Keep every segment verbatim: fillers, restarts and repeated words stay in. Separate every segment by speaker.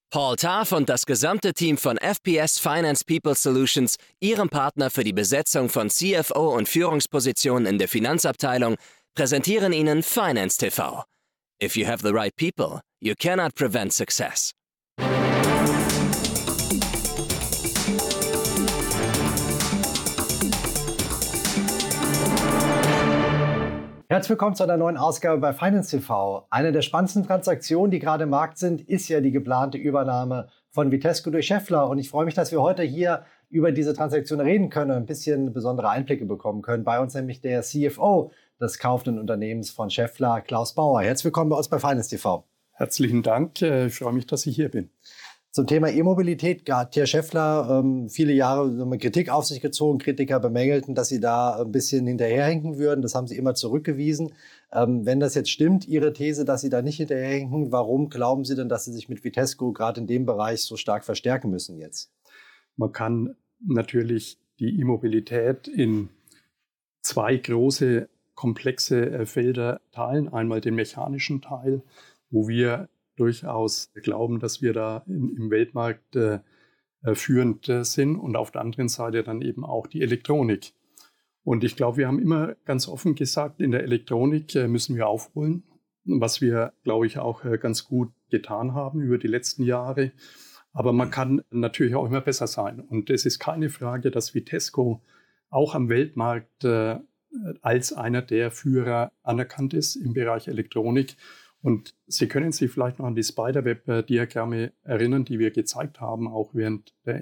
Speaker 1: Paul Taff und das gesamte Team von F P S Finance People Solutions, Ihrem Partner für die Besetzung von C F O und Führungspositionen in der Finanzabteilung, präsentieren Ihnen Finance T V. If you have the right people, you cannot prevent success.
Speaker 2: Herzlich willkommen zu einer neuen Ausgabe bei Finance T V. Eine der spannendsten Transaktionen, die gerade im Markt sind, ist ja die geplante Übernahme von Vitesco durch Schaeffler. Und ich freue mich, dass wir heute hier über diese Transaktion reden können und ein bisschen besondere Einblicke bekommen können. Bei uns nämlich der C F O des kaufenden Unternehmens von Schaeffler, Klaus Bauer. Herzlich willkommen bei uns bei Finance T V.
Speaker 3: Herzlichen Dank. Ich freue mich, dass ich hier bin.
Speaker 2: Zum Thema E-Mobilität hat Herr Schaeffler ähm, viele Jahre Kritik auf sich gezogen. Kritiker bemängelten, dass Sie da ein bisschen hinterherhinken würden. Das haben Sie immer zurückgewiesen. Ähm, wenn das jetzt stimmt, Ihre These, dass Sie da nicht hinterherhinken, warum glauben Sie denn, dass Sie sich mit Vitesco gerade in dem Bereich so stark verstärken müssen jetzt?
Speaker 3: Man kann natürlich die E-Mobilität in zwei große, komplexe Felder teilen. Einmal den mechanischen Teil, wo wir durchaus glauben, dass wir da im, im Weltmarkt äh, führend äh, sind, und auf der anderen Seite dann eben auch die Elektronik. Und ich glaube, wir haben immer ganz offen gesagt, in der Elektronik äh, müssen wir aufholen, was wir, glaube ich, auch äh, ganz gut getan haben über die letzten Jahre. Aber man kann natürlich auch immer besser sein. Und es ist keine Frage, dass Vitesco auch am Weltmarkt äh, als einer der Führer anerkannt ist im Bereich Elektronik. Und Sie können sich vielleicht noch an die Spiderweb-Diagramme erinnern, die wir gezeigt haben, auch während der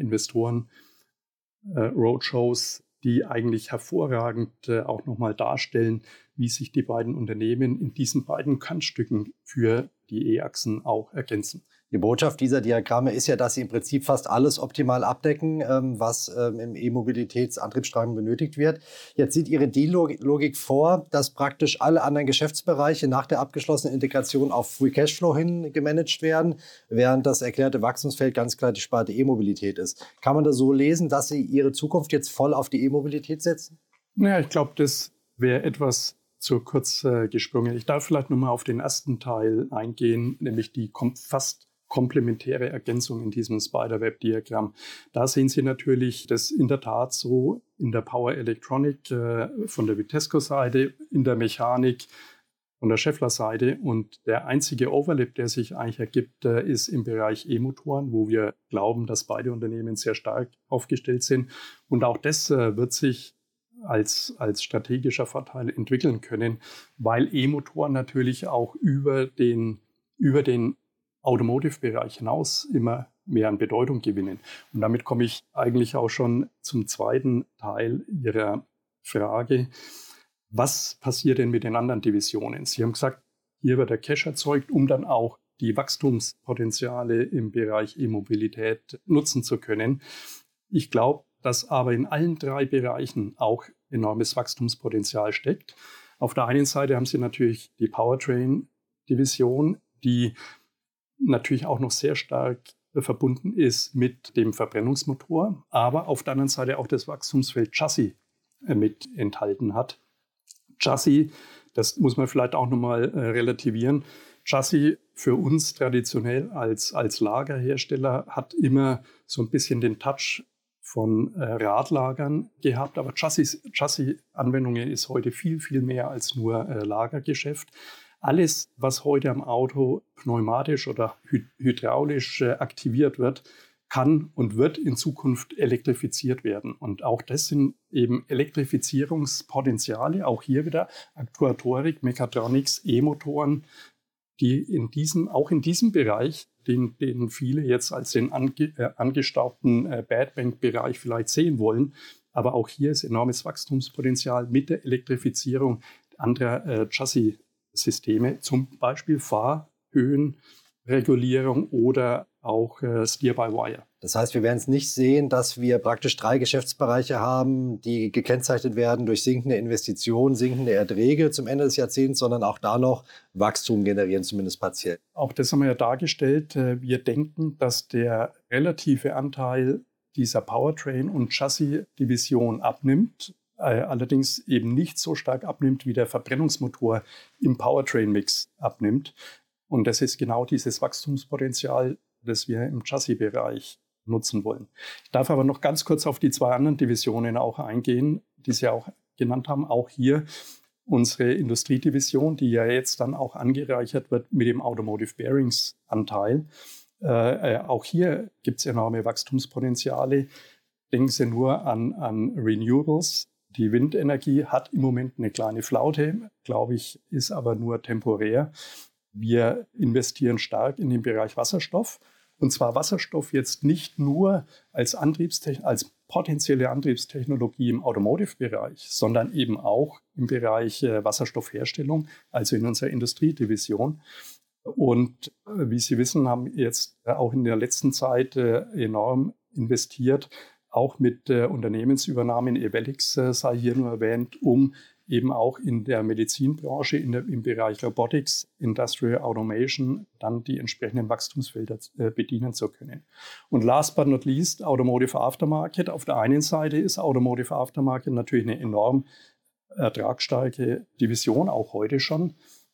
Speaker 3: Investoren-Roadshows, die eigentlich hervorragend auch nochmal darstellen, wie sich die beiden Unternehmen in diesen beiden Kantstücken für die E-Achsen auch ergänzen.
Speaker 2: Die Botschaft dieser Diagramme ist ja, dass sie im Prinzip fast alles optimal abdecken, was im E-Mobilitätsantriebsstrang benötigt wird. Jetzt sieht Ihre Deal-Logik vor, dass praktisch alle anderen Geschäftsbereiche nach der abgeschlossenen Integration auf Free Cashflow hin gemanagt werden, während das erklärte Wachstumsfeld ganz klar die Sparte E-Mobilität ist. Kann man das so lesen, dass Sie Ihre Zukunft jetzt voll auf die E-Mobilität setzen?
Speaker 3: Ja, ich glaube, das wäre etwas zu kurz äh, gesprungen. Ich darf vielleicht nochmal auf den ersten Teil eingehen, nämlich die kom- fast komplementäre Ergänzung in diesem Spiderweb-Diagramm. Da sehen Sie natürlich das in der Tat so in der Power Electronic äh, von der Vitesco-Seite, in der Mechanik von der Schaeffler-Seite, und der einzige Overlap, der sich eigentlich ergibt, äh, ist im Bereich E-Motoren, wo wir glauben, dass beide Unternehmen sehr stark aufgestellt sind. Und auch das äh, wird sich als, als strategischer Vorteil entwickeln können, weil E-Motoren natürlich auch über den, über den Automotive-Bereich hinaus immer mehr an Bedeutung gewinnen. Und damit komme ich eigentlich auch schon zum zweiten Teil Ihrer Frage. Was passiert denn mit den anderen Divisionen? Sie haben gesagt, hier wird der Cash erzeugt, um dann auch die Wachstumspotenziale im Bereich E-Mobilität nutzen zu können. Ich glaube, dass aber in allen drei Bereichen auch enormes Wachstumspotenzial steckt. Auf der einen Seite haben Sie natürlich die Powertrain-Division, die natürlich auch noch sehr stark verbunden ist mit dem Verbrennungsmotor, aber auf der anderen Seite auch das Wachstumsfeld Chassis mit enthalten hat. Chassis, das muss man vielleicht auch nochmal äh, relativieren. Chassis für uns traditionell als, als Lagerhersteller hat immer so ein bisschen den Touch von äh, Radlagern gehabt, aber Chassis, Chassis-Anwendungen ist heute viel, viel mehr als nur äh, Lagergeschäft. Alles, was heute am Auto pneumatisch oder hy- hydraulisch äh, aktiviert wird, kann und wird in Zukunft elektrifiziert werden. Und auch das sind eben Elektrifizierungspotenziale, auch hier wieder Aktuatorik, Mechatronics, E-Motoren, die in diesem, auch in diesem Bereich, den, den viele jetzt als den ange, äh, angestaubten äh, Bad Bank-Bereich vielleicht sehen wollen. Aber auch hier ist enormes Wachstumspotenzial mit der Elektrifizierung anderer äh, Chassis-Systeme, zum Beispiel Fahrhöhenregulierung oder auch äh, Steer-by-Wire.
Speaker 2: Das heißt, wir werden es nicht sehen, dass wir praktisch drei Geschäftsbereiche haben, die gekennzeichnet werden durch sinkende Investitionen, sinkende Erträge zum Ende des Jahrzehnts, sondern auch da noch Wachstum generieren, zumindest partiell.
Speaker 3: Auch das haben wir ja dargestellt. Wir denken, dass der relative Anteil dieser Powertrain- und Chassis-Division abnimmt, allerdings eben nicht so stark abnimmt, wie der Verbrennungsmotor im Powertrain-Mix abnimmt. Und das ist genau dieses Wachstumspotenzial, das wir im Chassis-Bereich nutzen wollen. Ich darf aber noch ganz kurz auf die zwei anderen Divisionen auch eingehen, die Sie auch genannt haben. Auch hier unsere Industriedivision, die ja jetzt dann auch angereichert wird mit dem Automotive Bearings Anteil. Äh, auch hier gibt es enorme Wachstumspotenziale. Denken Sie nur an, an Renewables. Die Windenergie hat im Moment eine kleine Flaute, glaube ich, ist aber nur temporär. Wir investieren stark in den Bereich Wasserstoff. Und zwar Wasserstoff jetzt nicht nur als, Antriebstechn- als potenzielle Antriebstechnologie im Automotive-Bereich, sondern eben auch im Bereich äh, Wasserstoffherstellung, also in unserer Industriedivision. Und äh, wie Sie wissen, haben wir jetzt äh, auch in der letzten Zeit äh, enorm investiert, auch mit äh, Unternehmensübernahmen. Ewellix äh, sei hier nur erwähnt, um eben auch in der Medizinbranche, in der, im Bereich Robotics, Industrial Automation, dann die entsprechenden Wachstumsfelder äh, bedienen zu können. Und last but not least, Automotive Aftermarket. Auf der einen Seite ist Automotive Aftermarket natürlich eine enorm ertragsstarke Division, auch heute schon.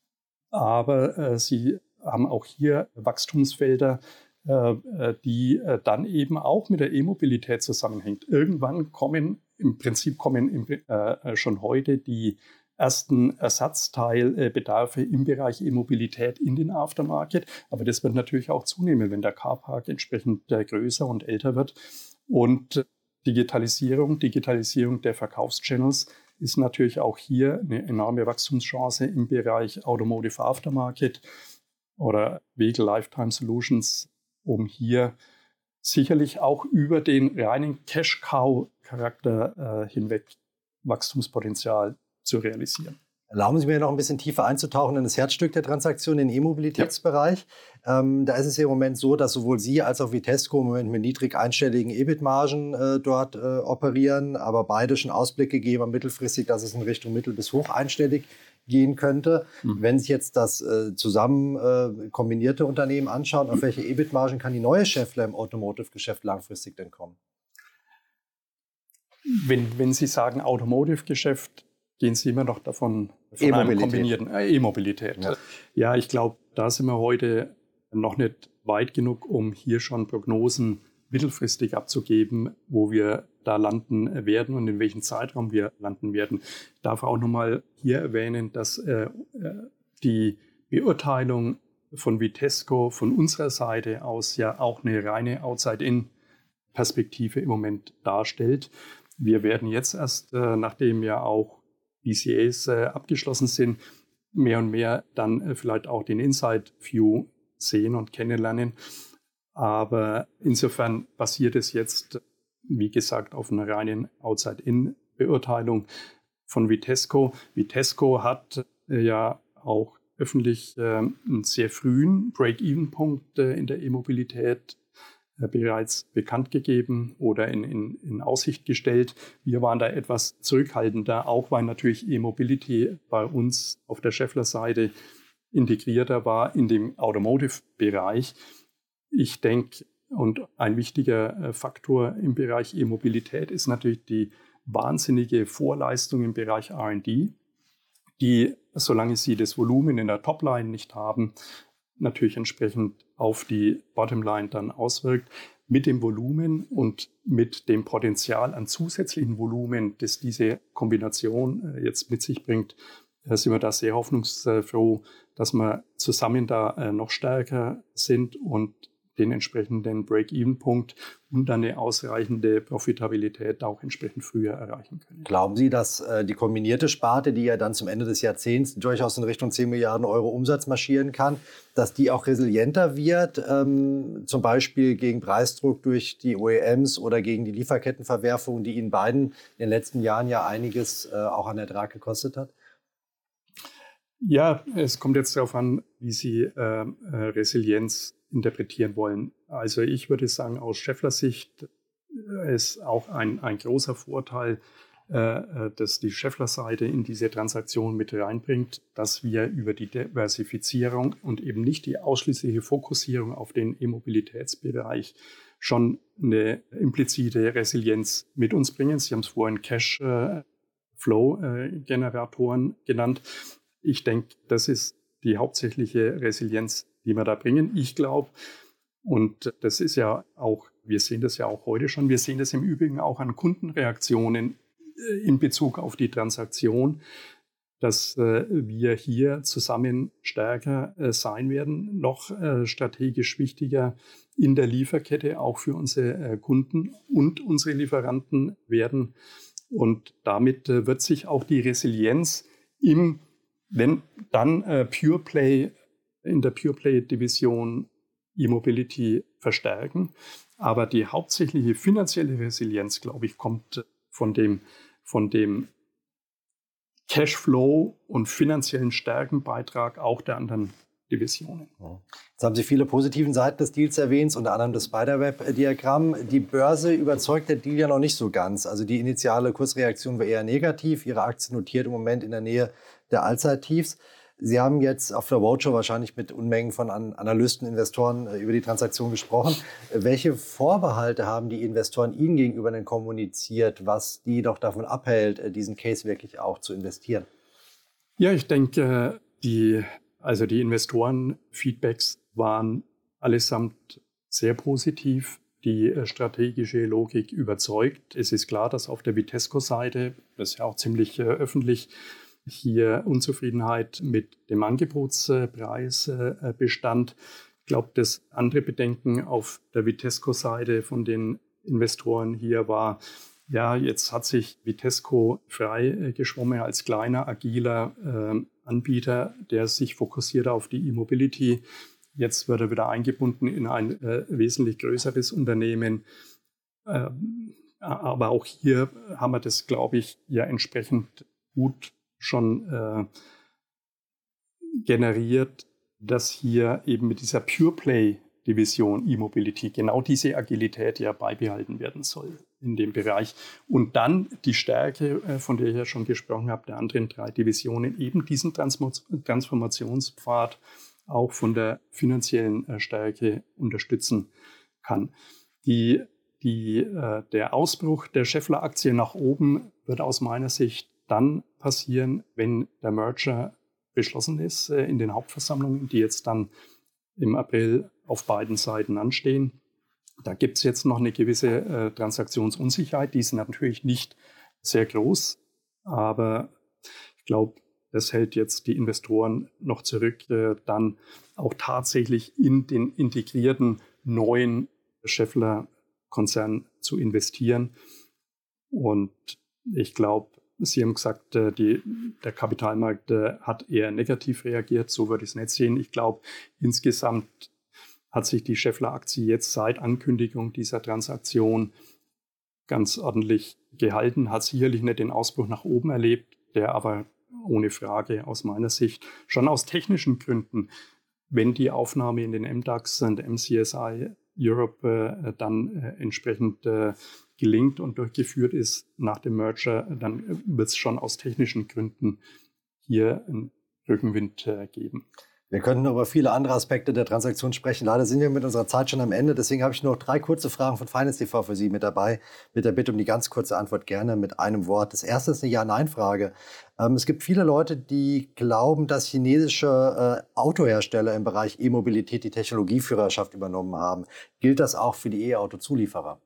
Speaker 3: Aber äh, sie haben auch hier Wachstumsfelder, äh, die äh, dann eben auch mit der E-Mobilität zusammenhängt. Irgendwann kommen Im Prinzip kommen im, äh, schon heute die ersten Ersatzteilbedarfe im Bereich E-Mobilität in den Aftermarket. Aber das wird natürlich auch zunehmen, wenn der Carpark entsprechend äh, größer und älter wird. Und Digitalisierung, Digitalisierung der Verkaufschannels ist natürlich auch hier eine enorme Wachstumschance im Bereich Automotive Aftermarket oder Vehicle Lifetime Solutions, um hier sicherlich auch über den reinen Cash-Cow-Charakter äh, hinweg Wachstumspotenzial zu realisieren.
Speaker 2: Erlauben Sie mir noch ein bisschen tiefer einzutauchen in das Herzstück der Transaktion, den E-Mobilitätsbereich. Ja. Ähm, da ist es ja im Moment so, dass sowohl Sie als auch Vitesco im Moment mit niedrig einstelligen E B I T-Margen äh, dort äh, operieren, aber beide schon Ausblicke geben mittelfristig, dass es in Richtung mittel- bis hoch einstellig gehen könnte. Mhm. Wenn Sie jetzt das äh, zusammen äh, kombinierte Unternehmen anschauen, auf welche E B I T-Margen kann die neue Schaeffler im Automotive-Geschäft langfristig denn kommen?
Speaker 3: Wenn, wenn Sie sagen Automotive-Geschäft, gehen Sie immer noch davon von einem kombinierten äh, E-Mobilität. Ja. ja, ich glaube, da sind wir heute noch nicht weit genug, um hier schon Prognosen mittelfristig abzugeben, wo wir da landen werden und in welchem Zeitraum wir landen werden. Ich darf auch nochmal hier erwähnen, dass äh, die Beurteilung von Vitesco von unserer Seite aus ja auch eine reine Outside-In-Perspektive im Moment darstellt. Wir werden jetzt erst, äh, nachdem ja auch B C As äh, abgeschlossen sind, mehr und mehr dann äh, vielleicht auch den Inside-View sehen und kennenlernen. Aber insofern basiert es jetzt, wie gesagt, auf einer reinen Outside-In-Beurteilung von Vitesco. Vitesco hat äh, ja auch öffentlich äh, einen sehr frühen Break-Even-Punkt äh, in der E-Mobilität äh, bereits bekannt gegeben oder in, in, in Aussicht gestellt. Wir waren da etwas zurückhaltender, auch weil natürlich E-Mobility bei uns auf der Schaeffler-Seite integrierter war in dem Automotive-Bereich. Ich denke, und ein wichtiger Faktor im Bereich E-Mobilität ist natürlich die wahnsinnige Vorleistung im Bereich R und D, die, solange sie das Volumen in der Topline nicht haben, natürlich entsprechend auf die Bottomline dann auswirkt. Mit dem Volumen und mit dem Potenzial an zusätzlichen Volumen, das diese Kombination jetzt mit sich bringt, sind wir da sehr hoffnungsfroh, dass wir zusammen da noch stärker sind und den entsprechenden Break-Even-Punkt und dann eine ausreichende Profitabilität auch entsprechend früher erreichen können.
Speaker 2: Glauben Sie, dass äh, die kombinierte Sparte, die ja dann zum Ende des Jahrzehnts durchaus in Richtung zehn Milliarden Euro Umsatz marschieren kann, dass die auch resilienter wird, ähm, zum Beispiel gegen Preisdruck durch die O E Ms oder gegen die Lieferkettenverwerfungen, die Ihnen beiden in den letzten Jahren ja einiges äh, auch an Ertrag gekostet hat?
Speaker 3: Ja, es kommt jetzt darauf an, wie Sie äh, äh, Resilienz interpretieren wollen. Also ich würde sagen, aus Schaeffler Sicht ist auch ein, ein großer Vorteil, äh, dass die Schaeffler-Seite in diese Transaktion mit reinbringt, dass wir über die Diversifizierung und eben nicht die ausschließliche Fokussierung auf den E-Mobilitätsbereich schon eine implizite Resilienz mit uns bringen. Sie haben es vorhin Cash-Flow-Generatoren genannt. Ich denke, das ist die hauptsächliche Resilienz, die wir da bringen. Ich glaube, Und das ist ja auch, wir sehen das ja auch heute schon, wir sehen das im Übrigen auch an Kundenreaktionen in Bezug auf die Transaktion, dass äh, wir hier zusammen stärker äh, sein werden, noch äh, strategisch wichtiger in der Lieferkette, auch für unsere äh, Kunden und unsere Lieferanten werden. Und damit äh, wird sich auch die Resilienz im, wenn dann äh, Pure Play, in der Pure Play Division E-Mobility verstärken. Aber die hauptsächliche finanzielle Resilienz, glaube ich, kommt von dem, von dem Cashflow und finanziellen Stärkenbeitrag auch der anderen Divisionen.
Speaker 2: Jetzt haben Sie viele positiven Seiten des Deals erwähnt, unter anderem das Spiderweb-Diagramm. Die Börse überzeugt der Deal ja noch nicht so ganz. Also die initiale Kursreaktion war eher negativ. Ihre Aktie notiert im Moment in der Nähe der Allzeittiefs. Sie haben jetzt auf der Roadshow wahrscheinlich mit Unmengen von Analysten, Investoren über die Transaktion gesprochen. Welche Vorbehalte haben die Investoren Ihnen gegenüber denn kommuniziert, was die doch davon abhält, diesen Case wirklich auch zu investieren?
Speaker 3: Ja, ich denke, die, also die Investoren-Feedbacks waren allesamt sehr positiv. Die strategische Logik überzeugt. Es ist klar, dass auf der Vitesco-Seite, das ist ja auch ziemlich äh, öffentlich, hier Unzufriedenheit mit dem Angebotspreis bestand. Ich glaube, das andere Bedenken auf der Vitesco-Seite von den Investoren hier war, ja, jetzt hat sich Vitesco frei geschwommen als kleiner, agiler äh, Anbieter, der sich fokussiert auf die E-Mobility. Jetzt wird er wieder eingebunden in ein äh, wesentlich größeres Unternehmen. Äh, aber auch hier haben wir das, glaube ich, ja entsprechend gut schon äh, generiert, dass hier eben mit dieser Pure Play Division E-Mobility genau diese Agilität ja beibehalten werden soll in dem Bereich. Und dann die Stärke, äh, von der ich ja schon gesprochen habe, der anderen drei Divisionen, eben diesen Transmo- Transformationspfad auch von der finanziellen äh, Stärke unterstützen kann. Die, die, äh, der Ausbruch der Schaeffler-Aktie nach oben wird aus meiner Sicht dann passieren, wenn der Merger beschlossen ist äh, in den Hauptversammlungen, die jetzt dann im April auf beiden Seiten anstehen. Da gibt es jetzt noch eine gewisse äh, Transaktionsunsicherheit. Die ist natürlich nicht sehr groß, aber ich glaube, das hält jetzt die Investoren noch zurück, äh, dann auch tatsächlich in den integrierten neuen Schaeffler-Konzern zu investieren. Und ich glaube, Sie haben gesagt, die, der Kapitalmarkt hat eher negativ reagiert. So würde ich es nicht sehen. Ich glaube, insgesamt hat sich die Schaeffler-Aktie jetzt seit Ankündigung dieser Transaktion ganz ordentlich gehalten, hat sicherlich nicht den Ausbruch nach oben erlebt, der aber ohne Frage aus meiner Sicht schon aus technischen Gründen, wenn die Aufnahme in den M DAX und M C S I Europe äh, dann äh, entsprechend äh, gelingt und durchgeführt ist nach dem Merger, dann wird es schon aus technischen Gründen hier einen Rückenwind äh, geben.
Speaker 2: Wir könnten über viele andere Aspekte der Transaktion sprechen. Leider sind wir mit unserer Zeit schon am Ende. Deswegen habe ich nur noch drei kurze Fragen von Finance T V für Sie mit dabei. Mit der Bitte um die ganz kurze Antwort gerne mit einem Wort. Das erste ist eine Ja-Nein-Frage. Ähm, es gibt viele Leute, die glauben, dass chinesische äh, Autohersteller im Bereich E-Mobilität die Technologieführerschaft übernommen haben. Gilt das auch für die E-Auto-Zulieferer?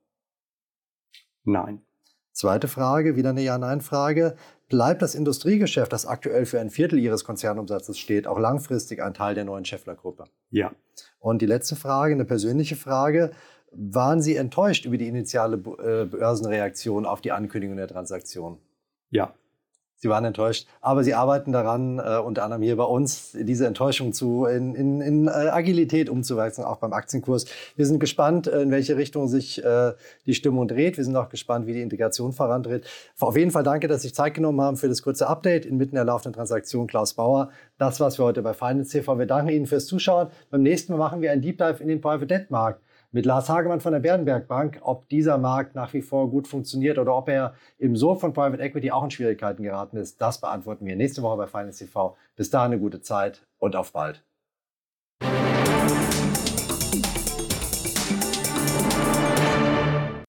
Speaker 3: Nein.
Speaker 2: Zweite Frage, wieder eine Ja-Nein-Frage. Bleibt das Industriegeschäft, das aktuell für ein Viertel Ihres Konzernumsatzes steht, auch langfristig ein Teil der neuen Schaeffler-Gruppe?
Speaker 3: Ja.
Speaker 2: Und die letzte Frage, eine persönliche Frage. Waren Sie enttäuscht über die initiale Börsenreaktion auf die Ankündigung der Transaktion?
Speaker 3: Ja.
Speaker 2: Sie waren enttäuscht, aber Sie arbeiten daran, äh, unter anderem hier bei uns, diese Enttäuschung zu, in, in, in äh, Agilität umzuwechseln, auch beim Aktienkurs. Wir sind gespannt, in welche Richtung sich äh, die Stimmung dreht. Wir sind auch gespannt, wie die Integration vorantritt. Auf jeden Fall danke, dass Sie sich Zeit genommen haben für das kurze Update inmitten der laufenden Transaktion. Klaus Bauer, das war's für heute bei Finance T V. Wir danken Ihnen fürs Zuschauen. Beim nächsten Mal machen wir einen Deep Dive in den Private Debt Markt mit Lars Hagemann von der Berenberg Bank, ob dieser Markt nach wie vor gut funktioniert oder ob er im Sog von Private Equity auch in Schwierigkeiten geraten ist. Das beantworten wir nächste Woche bei Finance T V. Bis dahin eine gute Zeit und auf bald.